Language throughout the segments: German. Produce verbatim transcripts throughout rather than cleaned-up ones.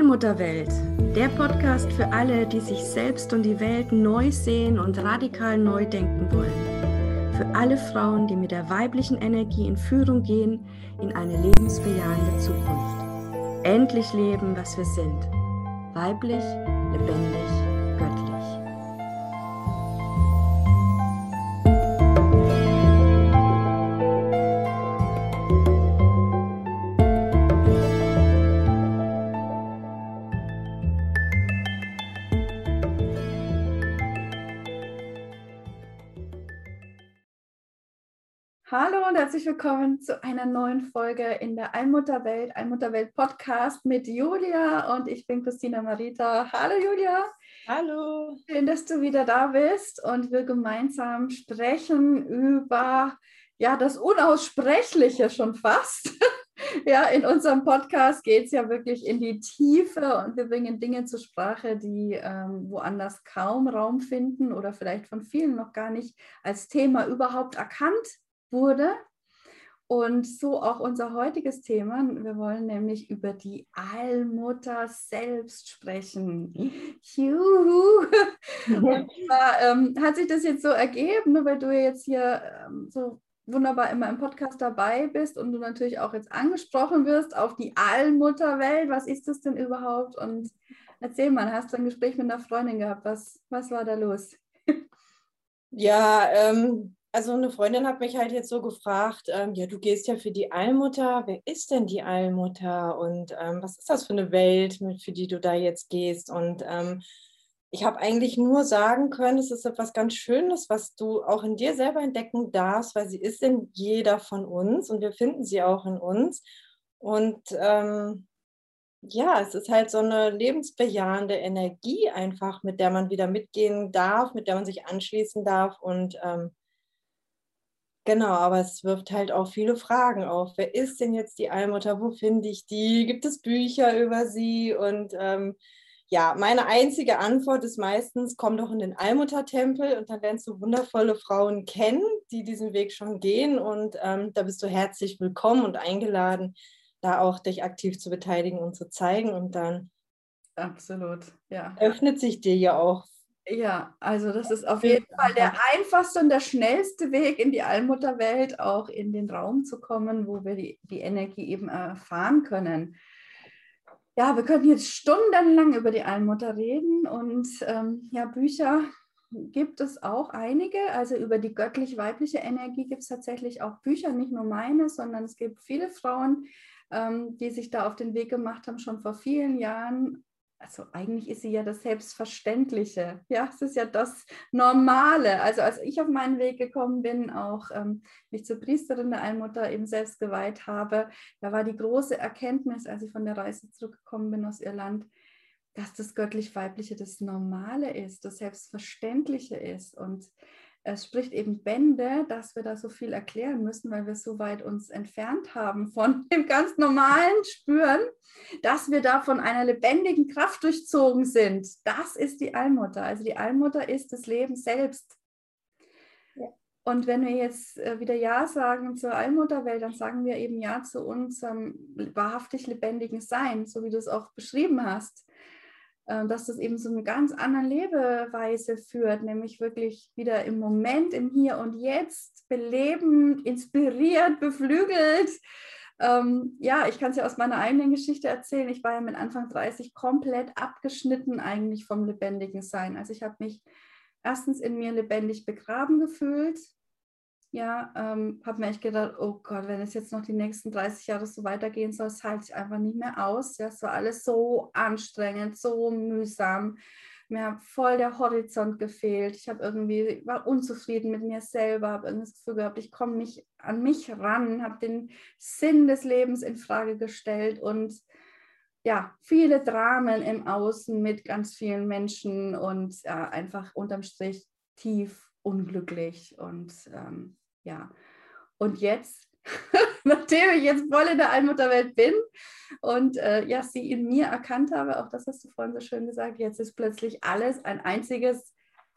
Allmutterwelt, der Podcast für alle, die sich selbst und die Welt neu sehen und radikal neu denken wollen. Für alle Frauen, die mit der weiblichen Energie in Führung gehen in eine lebensbejahende Zukunft. Endlich leben, was wir sind. Weiblich, lebendig, göttlich. Hallo und herzlich willkommen zu einer neuen Folge in der Allmutterwelt, Allmutterwelt Podcast mit Julia und ich bin Christina Marita. Hallo Julia. Hallo. Schön, dass du wieder da bist und wir gemeinsam sprechen über ja, das Unaussprechliche schon fast. Ja, in unserem Podcast geht es ja wirklich in die Tiefe und wir bringen Dinge zur Sprache, die ähm, woanders kaum Raum finden oder vielleicht von vielen noch gar nicht als Thema überhaupt erkannt wurde. Und so auch unser heutiges Thema. Wir wollen nämlich über die Allmutter selbst sprechen. Juhu! Und zwar ähm, hat sich das jetzt so ergeben, nur weil du jetzt hier ähm, so wunderbar immer im Podcast dabei bist und du natürlich auch jetzt angesprochen wirst auf die Allmutterwelt. Was ist das denn überhaupt? Und erzähl mal, hast du ein Gespräch mit einer Freundin gehabt? Was, was war da los? Ja, ähm, also eine Freundin hat mich halt jetzt so gefragt, ähm, ja, du gehst ja für die Allmutter. Wer ist denn die Allmutter? Und ähm, was ist das für eine Welt, mit, für die du da jetzt gehst? Und ähm, ich habe eigentlich nur sagen können, es ist etwas ganz Schönes, was du auch in dir selber entdecken darfst, weil sie ist in jeder von uns und wir finden sie auch in uns. Und ähm, ja, es ist halt so eine lebensbejahende Energie einfach, mit der man wieder mitgehen darf, mit der man sich anschließen darf. Und ähm, genau, aber es wirft halt auch viele Fragen auf. Wer ist denn jetzt die Allmutter? Wo finde ich die? Gibt es Bücher über sie? Und ähm, ja, meine einzige Antwort ist meistens, komm doch in den Allmuttertempel und dann lernst du wundervolle Frauen kennen, die diesen Weg schon gehen. Und ähm, da bist du herzlich willkommen und eingeladen, da auch dich aktiv zu beteiligen und zu zeigen. Und dann Absolut, ja. öffnet sich dir ja auch. Ja, also das ist auf jeden Fall der einfachste und der schnellste Weg in die Allmutterwelt, auch in den Raum zu kommen, wo wir die, die Energie eben erfahren können. Ja, wir können jetzt stundenlang über die Allmutter reden und ähm, ja, Bücher gibt es auch einige. Also über die göttlich-weibliche Energie gibt es tatsächlich auch Bücher, nicht nur meine, sondern es gibt viele Frauen, ähm, die sich da auf den Weg gemacht haben, schon vor vielen Jahren. Also eigentlich ist sie ja das Selbstverständliche. Ja, es ist ja das Normale. Also als ich auf meinen Weg gekommen bin, auch ähm, mich zur Priesterin der Allmutter eben selbst geweiht habe, da war die große Erkenntnis, als ich von der Reise zurückgekommen bin aus Irland, dass das göttlich-weibliche das Normale ist, das Selbstverständliche ist. Und es spricht eben Bände, dass wir da so viel erklären müssen, weil wir so weit uns entfernt haben von dem ganz normalen Spüren, dass wir da von einer lebendigen Kraft durchzogen sind. Das ist die Allmutter. Also die Allmutter ist das Leben selbst. Ja. Und wenn wir jetzt wieder Ja sagen zur Allmutterwelt, dann sagen wir eben Ja zu unserem wahrhaftig lebendigen Sein, so wie du es auch beschrieben hast. Dass das eben so eine ganz andere Lebeweise führt, nämlich wirklich wieder im Moment, im Hier und Jetzt, belebend, inspiriert, beflügelt. Ähm, ja, ich kann es ja aus meiner eigenen Geschichte erzählen. Ich war ja mit Anfang dreißig komplett abgeschnitten eigentlich vom lebendigen Sein. Also ich habe mich erstens in mir lebendig begraben gefühlt. Ja, ähm, habe mir echt gedacht, oh Gott, wenn es jetzt noch die nächsten dreißig Jahre so weitergehen soll, das halte ich einfach nicht mehr aus. Ja, es war alles so anstrengend, so mühsam. Mir hat voll der Horizont gefehlt. Ich habe irgendwie, war unzufrieden mit mir selber, habe irgendwie das Gefühl gehabt, ich komme nicht an mich ran, habe den Sinn des Lebens in Frage gestellt und ja, viele Dramen im Außen mit ganz vielen Menschen und ja, einfach unterm Strich tief unglücklich und ähm, ja, und jetzt, nachdem ich jetzt voll in der Allmutterwelt bin und äh, ja, sie in mir erkannt habe, auch das hast du vorhin so schön gesagt, jetzt ist plötzlich alles ein einziges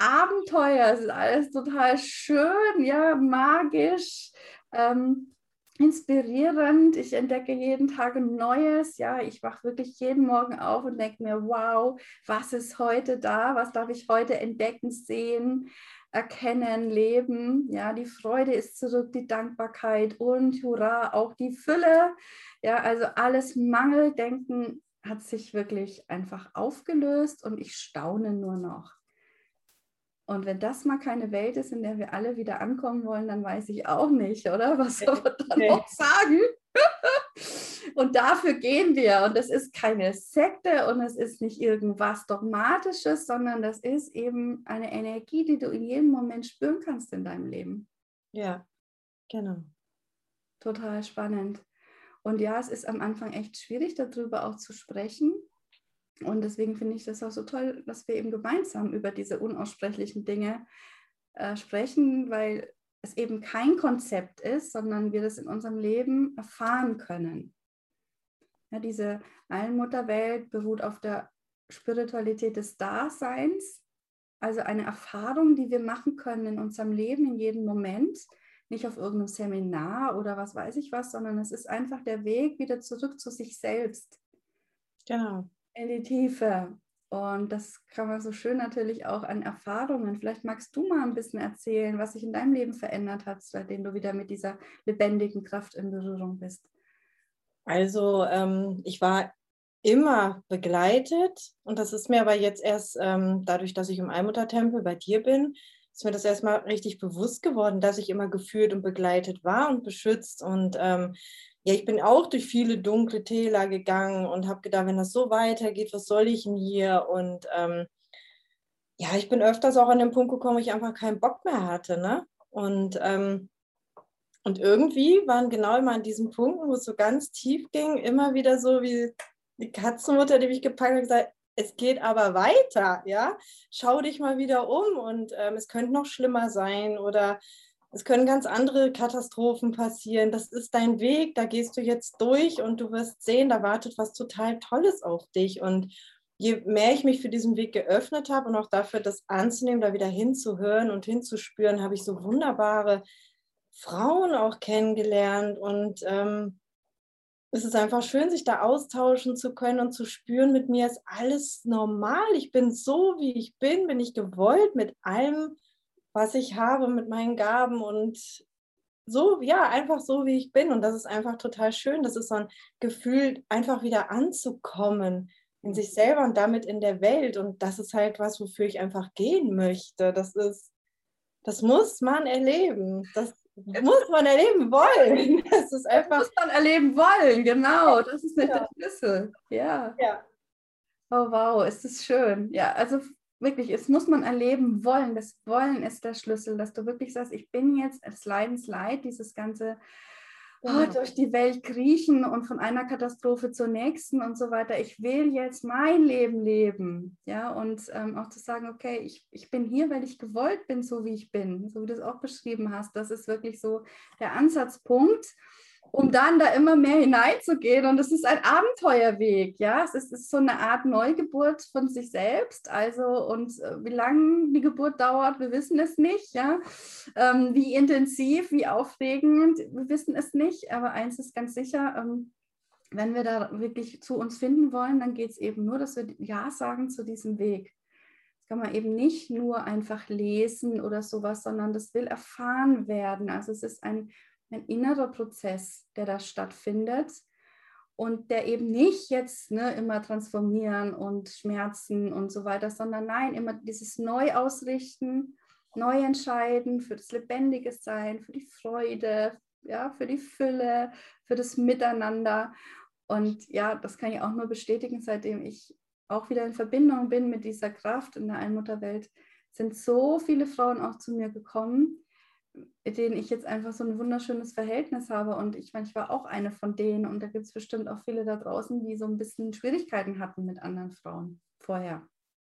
Abenteuer, es ist alles total schön, ja, magisch, ähm, inspirierend. Ich entdecke jeden Tag ein Neues. Ja, ich wache wirklich jeden Morgen auf und denke mir, wow, was ist heute da? Was darf ich heute entdecken, sehen, erkennen, leben? Ja, die Freude ist zurück, die Dankbarkeit und hurra, auch die Fülle. Ja, also alles Mangeldenken hat sich wirklich einfach aufgelöst und ich staune nur noch. Und wenn das mal keine Welt ist, in der wir alle wieder ankommen wollen, dann weiß ich auch nicht, oder? Was soll man dann noch sagen? Und dafür gehen wir. Und das ist keine Sekte und es ist nicht irgendwas Dogmatisches, sondern das ist eben eine Energie, die du in jedem Moment spüren kannst in deinem Leben. Ja, genau. Total spannend. Und ja, es ist am Anfang echt schwierig, darüber auch zu sprechen. Und deswegen finde ich das auch so toll, dass wir eben gemeinsam über diese unaussprechlichen Dinge äh, sprechen, weil es eben kein Konzept ist, sondern wir das in unserem Leben erfahren können. Ja, diese Allmutterwelt beruht auf der Spiritualität des Daseins, also eine Erfahrung, die wir machen können in unserem Leben, in jedem Moment, nicht auf irgendeinem Seminar oder was weiß ich was, sondern es ist einfach der Weg wieder zurück zu sich selbst. Genau. In die Tiefe. Und das kann man so schön natürlich auch an Erfahrungen. Vielleicht magst du mal ein bisschen erzählen, was sich in deinem Leben verändert hat, seitdem du wieder mit dieser lebendigen Kraft in Berührung bist. Also ähm, ich war immer begleitet und das ist mir aber jetzt erst ähm, dadurch, dass ich im Allmuttertempel bei dir bin, ist mir das erstmal richtig bewusst geworden, dass ich immer geführt und begleitet war und beschützt. Und ähm, ja, ich bin auch durch viele dunkle Täler gegangen und habe gedacht, wenn das so weitergeht, was soll ich denn hier? Und ähm, ja, ich bin öfters auch an den Punkt gekommen, wo ich einfach keinen Bock mehr hatte, ne? Und, ähm, und irgendwie waren genau immer an diesen Punkten, wo es so ganz tief ging, immer wieder so wie die Katzenmutter, die mich gepackt hat und gesagt, es geht aber weiter, ja? Schau dich mal wieder um und ähm, es könnte noch schlimmer sein oder es können ganz andere Katastrophen passieren. Das ist dein Weg, da gehst du jetzt durch und du wirst sehen, da wartet was total Tolles auf dich. Und je mehr ich mich für diesen Weg geöffnet habe und auch dafür, das anzunehmen, da wieder hinzuhören und hinzuspüren, habe ich so wunderbare Frauen auch kennengelernt. Und ähm, es ist einfach schön, sich da austauschen zu können und zu spüren, mit mir ist alles normal. Ich bin so, wie ich bin, bin ich gewollt mit allem, was ich habe, mit meinen Gaben und so, ja, einfach so, wie ich bin. Und das ist einfach total schön. Das ist so ein Gefühl, einfach wieder anzukommen in sich selber und damit in der Welt. Und das ist halt was, wofür ich einfach gehen möchte. Das ist, das muss man erleben. Das muss man erleben wollen. Das ist einfach. Das muss man erleben wollen, genau. Das ist nicht ja. der Schlüssel. Ja. ja. Oh, wow, ist das schön. Ja, also wirklich, es muss man erleben wollen. Das Wollen ist der Schlüssel, dass du wirklich sagst, ich bin jetzt das Leidensleid, dieses ganze oh, durch die Welt kriechen und von einer Katastrophe zur nächsten und so weiter. Ich will jetzt mein Leben leben. Ja, und ähm, auch zu sagen, okay, ich, ich bin hier, weil ich gewollt bin, so wie ich bin, so wie du es auch beschrieben hast. Das ist wirklich so der Ansatzpunkt, um dann da immer mehr hineinzugehen. Und es ist ein Abenteuerweg, ja. Es ist, es ist so eine Art Neugeburt von sich selbst. Also, und äh, wie lange die Geburt dauert, wir wissen es nicht, ja. Ähm, wie intensiv, wie aufregend, wir wissen es nicht. Aber eins ist ganz sicher, ähm, wenn wir da wirklich zu uns finden wollen, dann geht es eben nur, dass wir Ja sagen zu diesem Weg. Das kann man eben nicht nur einfach lesen oder sowas, sondern das will erfahren werden. Also es ist ein ein innerer Prozess, der da stattfindet und der eben nicht jetzt ne, immer transformieren und Schmerzen und so weiter, sondern nein, immer dieses Neuausrichten, Neuentscheiden für das lebendige Sein, für die Freude, ja, für die Fülle, für das Miteinander. Und ja, das kann ich auch nur bestätigen, seitdem ich auch wieder in Verbindung bin mit dieser Kraft in der Allmutterwelt, sind so viele Frauen auch zu mir gekommen, mit denen ich jetzt einfach so ein wunderschönes Verhältnis habe. Und ich meine, ich war auch eine von denen. Und da gibt es bestimmt auch viele da draußen, die so ein bisschen Schwierigkeiten hatten mit anderen Frauen vorher.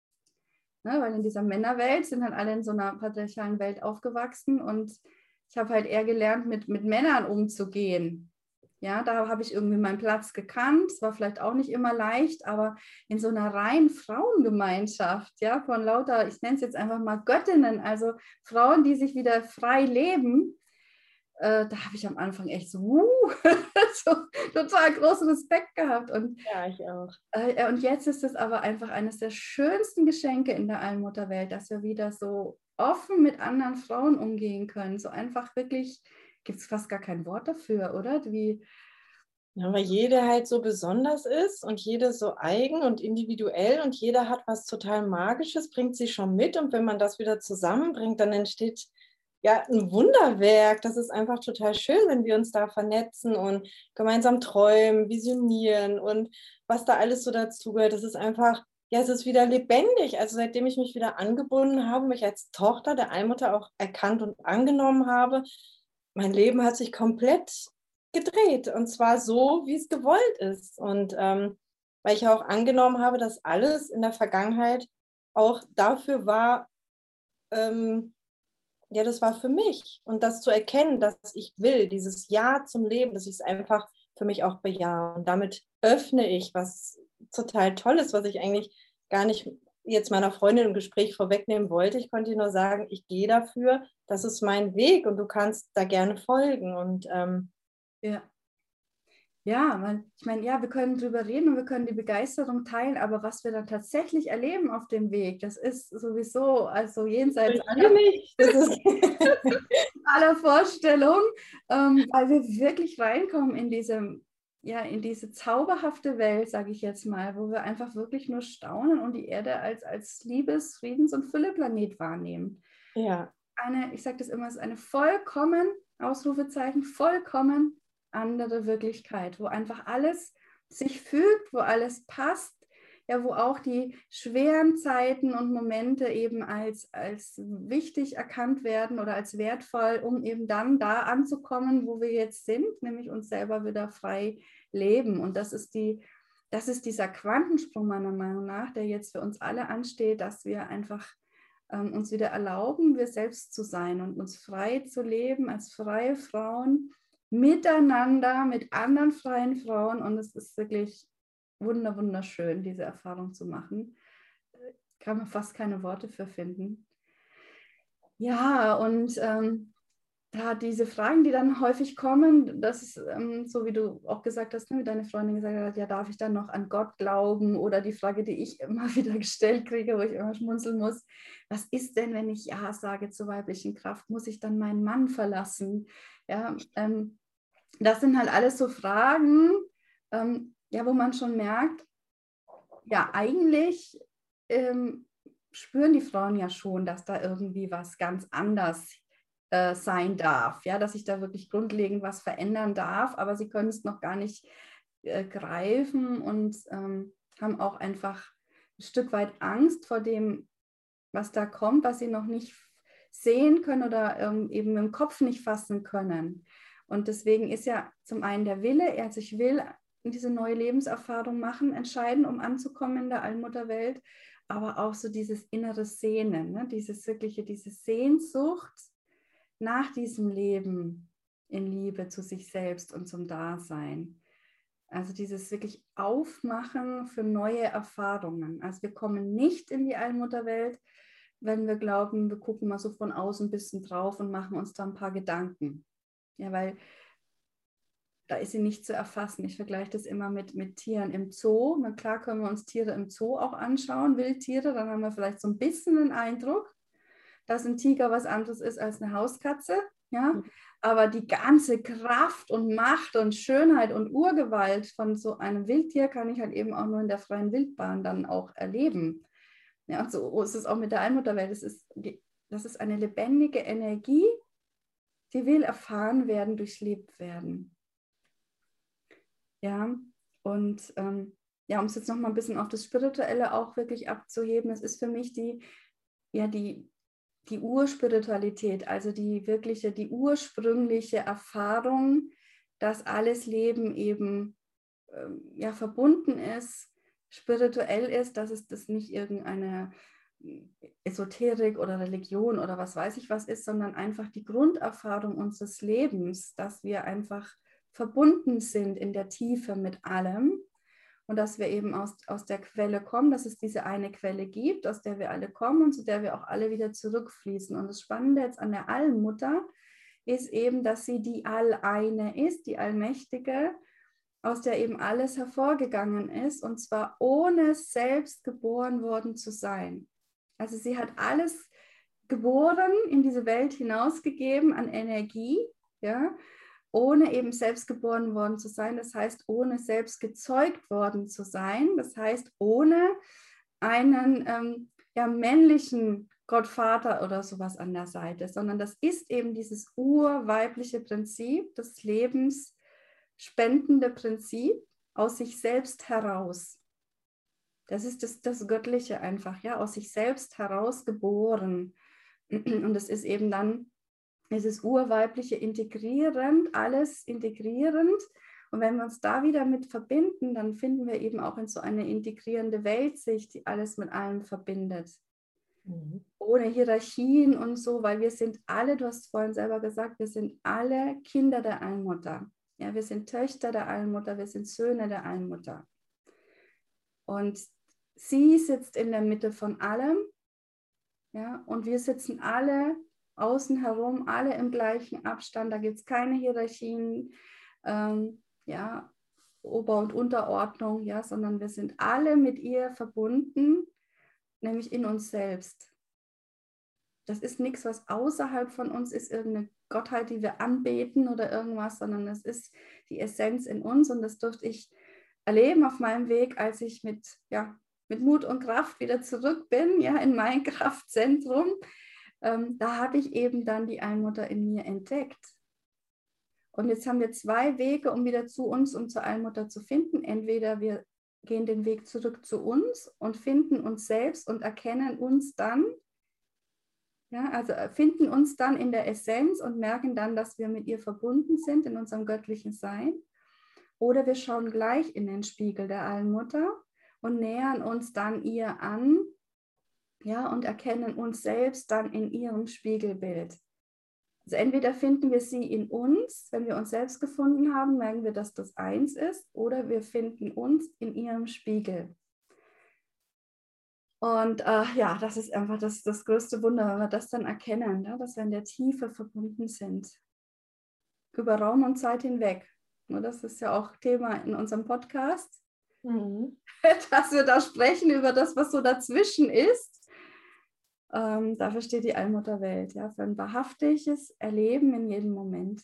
Ne, weil in dieser Männerwelt sind halt alle in so einer patriarchalen Welt aufgewachsen. Und ich habe halt eher gelernt, mit, mit Männern umzugehen. Ja, da habe ich irgendwie meinen Platz gekannt. Es war vielleicht auch nicht immer leicht, aber in so einer reinen Frauengemeinschaft, ja, von lauter, ich nenne es jetzt einfach mal Göttinnen, also Frauen, die sich wieder frei leben, äh, da habe ich am Anfang echt so, uh, so total großen Respekt gehabt. Und, ja, ich auch. Äh, und jetzt ist es aber einfach eines der schönsten Geschenke in der Allmutterwelt, dass wir wieder so offen mit anderen Frauen umgehen können. So einfach wirklich, gibt es fast gar kein Wort dafür, oder? Wie, ja, weil jede halt so besonders ist und jede so eigen und individuell und jeder hat was total Magisches, bringt sie schon mit und wenn man das wieder zusammenbringt, dann entsteht ja ein Wunderwerk. Das ist einfach total schön, wenn wir uns da vernetzen und gemeinsam träumen, visionieren und was da alles so dazugehört. Das ist einfach, ja, es ist wieder lebendig. Also seitdem ich mich wieder angebunden habe, mich als Tochter der Allmutter auch erkannt und angenommen habe, mein Leben hat sich komplett gedreht und zwar so, wie es gewollt ist. Und ähm, weil ich auch angenommen habe, dass alles in der Vergangenheit auch dafür war, ähm, ja, das war für mich. Und das zu erkennen, dass ich will, dieses Ja zum Leben, dass ich es einfach für mich auch bejahe. Und damit öffne ich was total Tolles, was ich eigentlich gar nicht jetzt meiner Freundin im Gespräch vorwegnehmen wollte. Ich konnte ihr nur sagen, ich gehe dafür, das ist mein Weg und du kannst da gerne folgen. Und ähm, ja. Ja, weil ich meine, ja, wir können drüber reden und wir können die Begeisterung teilen, aber was wir dann tatsächlich erleben auf dem Weg, das ist sowieso, also jenseits aller, das ist aller Vorstellung, ähm, weil wir wirklich reinkommen in diese, ja, in diese zauberhafte Welt, sage ich jetzt mal, wo wir einfach wirklich nur staunen und die Erde als, als Liebes-, Friedens- und Fülleplanet wahrnehmen. ja. Eine, ich sage das immer, es ist eine vollkommen, Ausrufezeichen, vollkommen andere Wirklichkeit, wo einfach alles sich fügt, wo alles passt, ja, wo auch die schweren Zeiten und Momente eben als, als wichtig erkannt werden oder als wertvoll, um eben dann da anzukommen, wo wir jetzt sind, nämlich uns selber wieder frei leben. Und das ist die, das ist dieser Quantensprung meiner Meinung nach, der jetzt für uns alle ansteht, dass wir einfach ähm, uns wieder erlauben, wir selbst zu sein und uns frei zu leben als freie Frauen, miteinander, mit anderen freien Frauen und es ist wirklich wunder, wunderschön, diese Erfahrung zu machen. Kann man fast keine Worte für finden. Ja, und ähm, da diese Fragen, die dann häufig kommen, das ist ähm, so, wie du auch gesagt hast, ne, wie deine Freundin gesagt hat, ja, darf ich dann noch an Gott glauben? Oder die Frage, die ich immer wieder gestellt kriege, wo ich immer schmunzeln muss, was ist denn, wenn ich Ja sage zur weiblichen Kraft? Muss ich dann meinen Mann verlassen? Ja, ähm, das sind halt alles so Fragen, ähm, ja, wo man schon merkt, ja, eigentlich ähm, spüren die Frauen ja schon, dass da irgendwie was ganz anders äh, sein darf, ja, dass sich da wirklich grundlegend was verändern darf, aber sie können es noch gar nicht äh, greifen und ähm, haben auch einfach ein Stück weit Angst vor dem, was da kommt, was sie noch nicht sehen können oder ähm, eben im Kopf nicht fassen können. Und deswegen ist ja zum einen der Wille, also ich will diese neue Lebenserfahrung machen, entscheiden, um anzukommen in der Allmutterwelt, aber auch so dieses innere Sehnen, ne? Dieses wirkliche, diese Sehnsucht nach diesem Leben in Liebe zu sich selbst und zum Dasein. Also dieses wirklich Aufmachen für neue Erfahrungen. Also wir kommen nicht in die Allmutterwelt, wenn wir glauben, wir gucken mal so von außen ein bisschen drauf und machen uns da ein paar Gedanken. Ja, weil da ist sie nicht zu erfassen. Ich vergleiche das immer mit, mit Tieren im Zoo. Na klar können wir uns Tiere im Zoo auch anschauen, Wildtiere, dann haben wir vielleicht so ein bisschen einen Eindruck, dass ein Tiger was anderes ist als eine Hauskatze. Ja? Aber die ganze Kraft und Macht und Schönheit und Urgewalt von so einem Wildtier kann ich halt eben auch nur in der freien Wildbahn dann auch erleben. Ja, und so ist es auch mit der Allmutterwelt. Das ist, die, das ist eine lebendige Energie, die will erfahren werden, durchlebt werden. Ja, und ähm, ja, um es jetzt noch mal ein bisschen auf das Spirituelle auch wirklich abzuheben, es ist für mich die, ja, die, die Urspiritualität, also die wirkliche, die ursprüngliche Erfahrung, dass alles Leben eben ähm, ja, verbunden ist, spirituell ist, dass es das nicht irgendeine Esoterik oder Religion oder was weiß ich was ist, sondern einfach die Grunderfahrung unseres Lebens, dass wir einfach verbunden sind in der Tiefe mit allem und dass wir eben aus, aus der Quelle kommen, dass es diese eine Quelle gibt, aus der wir alle kommen und zu der wir auch alle wieder zurückfließen. Und das Spannende jetzt an der Allmutter ist eben, dass sie die Alleine ist, die Allmächtige, aus der eben alles hervorgegangen ist, und zwar ohne selbst geboren worden zu sein. Also sie hat alles geboren, in diese Welt hinausgegeben an Energie, ja, ohne eben selbst geboren worden zu sein, das heißt, ohne selbst gezeugt worden zu sein, das heißt, ohne einen ähm, ja, männlichen Gottvater oder sowas an der Seite, sondern das ist eben dieses urweibliche Prinzip, das lebensspendende Prinzip aus sich selbst heraus. Das ist das, das Göttliche einfach, ja, aus sich selbst heraus geboren. Und es ist eben dann dieses urweibliche integrierend, alles integrierend. Und wenn wir uns da wieder mit verbinden, dann finden wir eben auch in so eine integrierende Weltsicht, die alles mit allem verbindet. Mhm. Ohne Hierarchien und so, weil wir sind alle, du hast es vorhin selber gesagt, wir sind alle Kinder der Allmutter. Ja, wir sind Töchter der Allmutter, wir sind Söhne der Allmutter. Und sie sitzt in der Mitte von allem, ja, und wir sitzen alle außen herum, alle im gleichen Abstand, da gibt es keine Hierarchien, ähm, ja, Ober- und Unterordnung, ja, sondern wir sind alle mit ihr verbunden, nämlich in uns selbst. Das ist nichts, was außerhalb von uns ist, irgendeine Gottheit, die wir anbeten oder irgendwas, sondern es ist die Essenz in uns, und das durfte ich erleben auf meinem Weg, als ich mit, ja, mit Mut und Kraft wieder zurück bin, ja, in mein Kraftzentrum. Ähm, da habe ich eben dann die Allmutter in mir entdeckt. Und jetzt haben wir zwei Wege, um wieder zu uns und zur Allmutter zu finden. Entweder wir gehen den Weg zurück zu uns und finden uns selbst und erkennen uns dann, ja, also finden uns dann in der Essenz und merken dann, dass wir mit ihr verbunden sind in unserem göttlichen Sein. Oder wir schauen gleich in den Spiegel der Allmutter und nähern uns dann ihr an, ja, und erkennen uns selbst dann in ihrem Spiegelbild. Also entweder finden wir sie in uns, wenn wir uns selbst gefunden haben, merken wir, dass das eins ist, oder wir finden uns in ihrem Spiegel. Und äh, ja, das ist einfach das, das größte Wunder, wenn wir das dann erkennen, ja, dass wir in der Tiefe verbunden sind. Über Raum und Zeit hinweg. Und das ist ja auch Thema in unserem Podcast, mhm. dass wir da sprechen über das, was so dazwischen ist. Ähm, dafür steht die Allmutterwelt, ja, für ein wahrhaftiges Erleben in jedem Moment.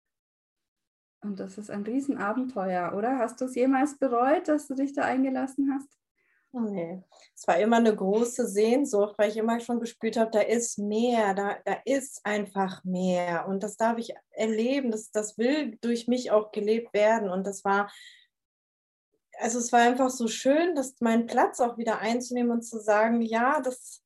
Und das ist ein Riesenabenteuer, oder? Hast du es jemals bereut, dass du dich da eingelassen hast? Nee, es war immer eine große Sehnsucht, weil ich immer schon gespürt habe, da ist mehr, da, da ist einfach mehr. Und das darf ich erleben, das, das will durch mich auch gelebt werden. Und das war, also es war einfach so schön, dass meinen Platz auch wieder einzunehmen und zu sagen, ja, das,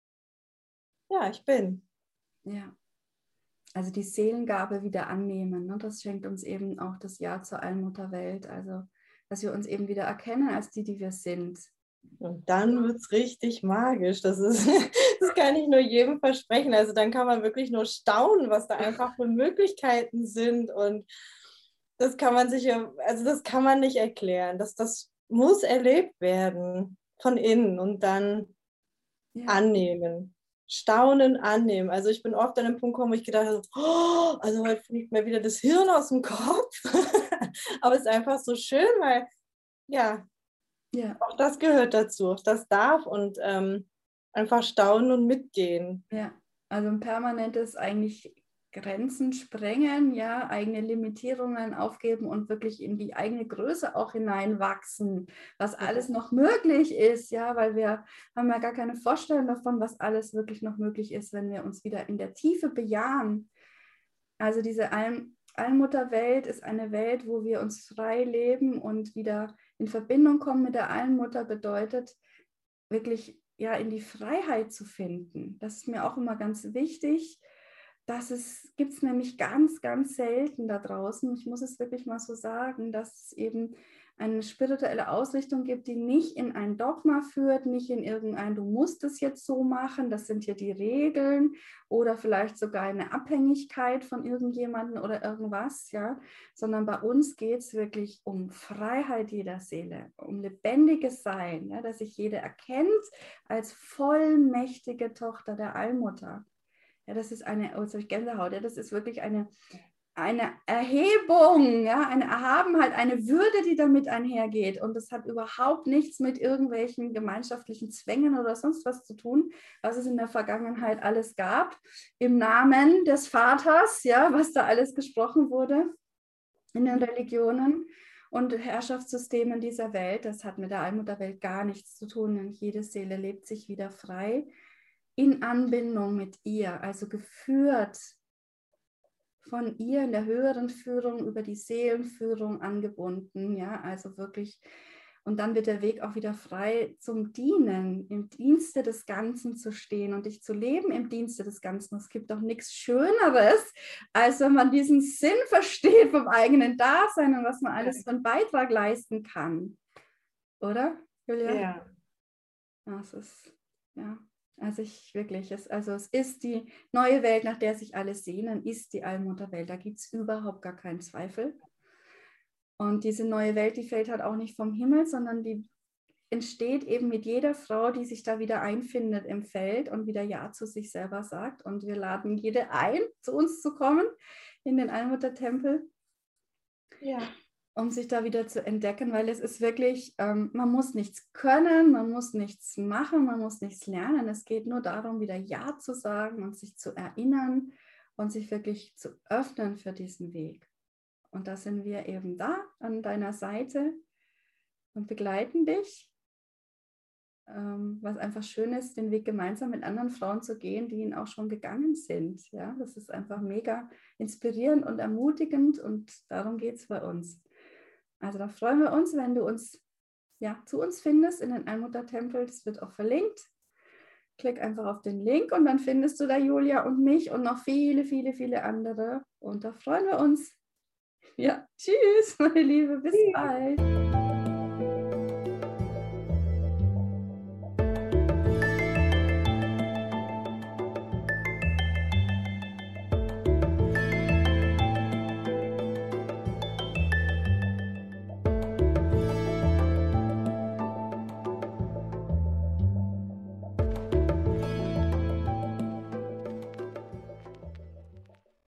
ja, ich bin. Ja, also die Seelengabe wieder annehmen, ne? Das schenkt uns eben auch das Ja zur Allmutterwelt, also dass wir uns eben wieder erkennen als die, die wir sind. Und dann wird es richtig magisch. Das ist, das kann ich nur jedem versprechen. Also dann kann man wirklich nur staunen, was da einfach für Möglichkeiten sind. Und das kann man sich, also das kann man nicht erklären. Das, das muss erlebt werden von innen und dann ja. annehmen. Staunen, annehmen. Also ich bin oft an einem Punkt gekommen, wo ich gedacht habe, oh, also heute fliegt mir wieder das Hirn aus dem Kopf. Aber es ist einfach so schön, weil ja, ja, auch das gehört dazu, auch das darf und ähm, einfach staunen und mitgehen. Ja, also ein permanentes eigentlich Grenzen sprengen, ja, eigene Limitierungen aufgeben und wirklich in die eigene Größe auch hineinwachsen, was alles noch möglich ist, ja, weil wir haben ja gar keine Vorstellung davon, was alles wirklich noch möglich ist, wenn wir uns wieder in der Tiefe bejahen. Also diese All Allmutterwelt ist eine Welt, wo wir uns frei leben und wieder in Verbindung kommen mit der Allmutter bedeutet, wirklich ja in die Freiheit zu finden. Das ist mir auch immer ganz wichtig. Das gibt es nämlich ganz, ganz selten da draußen. Ich muss es wirklich mal so sagen, dass es eben eine spirituelle Ausrichtung gibt, die nicht in ein Dogma führt, nicht in irgendein, du musst es jetzt so machen, das sind hier die Regeln oder vielleicht sogar eine Abhängigkeit von irgendjemandem oder irgendwas, ja, sondern bei uns geht es wirklich um Freiheit jeder Seele, um lebendiges Sein, ja, dass sich jeder erkennt als vollmächtige Tochter der Allmutter. Ja, das ist eine, oh, jetzt habe ich Gänsehaut, ja, das ist wirklich eine, eine Erhebung, ja, eine Erhabenheit, eine Würde, die damit einhergeht. Und das hat überhaupt nichts mit irgendwelchen gemeinschaftlichen Zwängen oder sonst was zu tun, was es in der Vergangenheit alles gab, im Namen des Vaters, ja, was da alles gesprochen wurde in den Religionen und Herrschaftssystemen dieser Welt. Das hat mit der Allmutterwelt gar nichts zu tun, denn jede Seele lebt sich wieder frei in Anbindung mit ihr, also geführt von ihr in der höheren Führung über die Seelenführung angebunden, ja, also wirklich, und dann wird der Weg auch wieder frei zum Dienen, im Dienste des Ganzen zu stehen und dich zu leben im Dienste des Ganzen. Es gibt doch nichts Schöneres, als wenn man diesen Sinn versteht vom eigenen Dasein und was man alles für einen Beitrag leisten kann, oder, Julia? Ja. Das ist, ja. Also ich wirklich, es, also es ist die neue Welt, nach der sich alle sehnen, ist die Allmutterwelt. Da gibt es überhaupt gar keinen Zweifel. Und diese neue Welt, die fällt halt auch nicht vom Himmel, sondern die entsteht eben mit jeder Frau, die sich da wieder einfindet im Feld und wieder Ja zu sich selber sagt. Und wir laden jede ein, zu uns zu kommen in den Allmuttertempel. Ja. Um sich da wieder zu entdecken, weil es ist wirklich, ähm, man muss nichts können, man muss nichts machen, man muss nichts lernen. Es geht nur darum, wieder Ja zu sagen und sich zu erinnern und sich wirklich zu öffnen für diesen Weg. Und da sind wir eben da an deiner Seite und begleiten dich, ähm, was einfach schön ist, den Weg gemeinsam mit anderen Frauen zu gehen, die ihn auch schon gegangen sind. Ja, das ist einfach mega inspirierend und ermutigend und darum geht es bei uns. Also da freuen wir uns, wenn du uns ja, zu uns findest in den Allmuttertempel. Das wird auch verlinkt. Klick einfach auf den Link und dann findest du da Julia und mich und noch viele, viele, viele andere. Und da freuen wir uns. Ja, tschüss, meine Liebe, bis bald.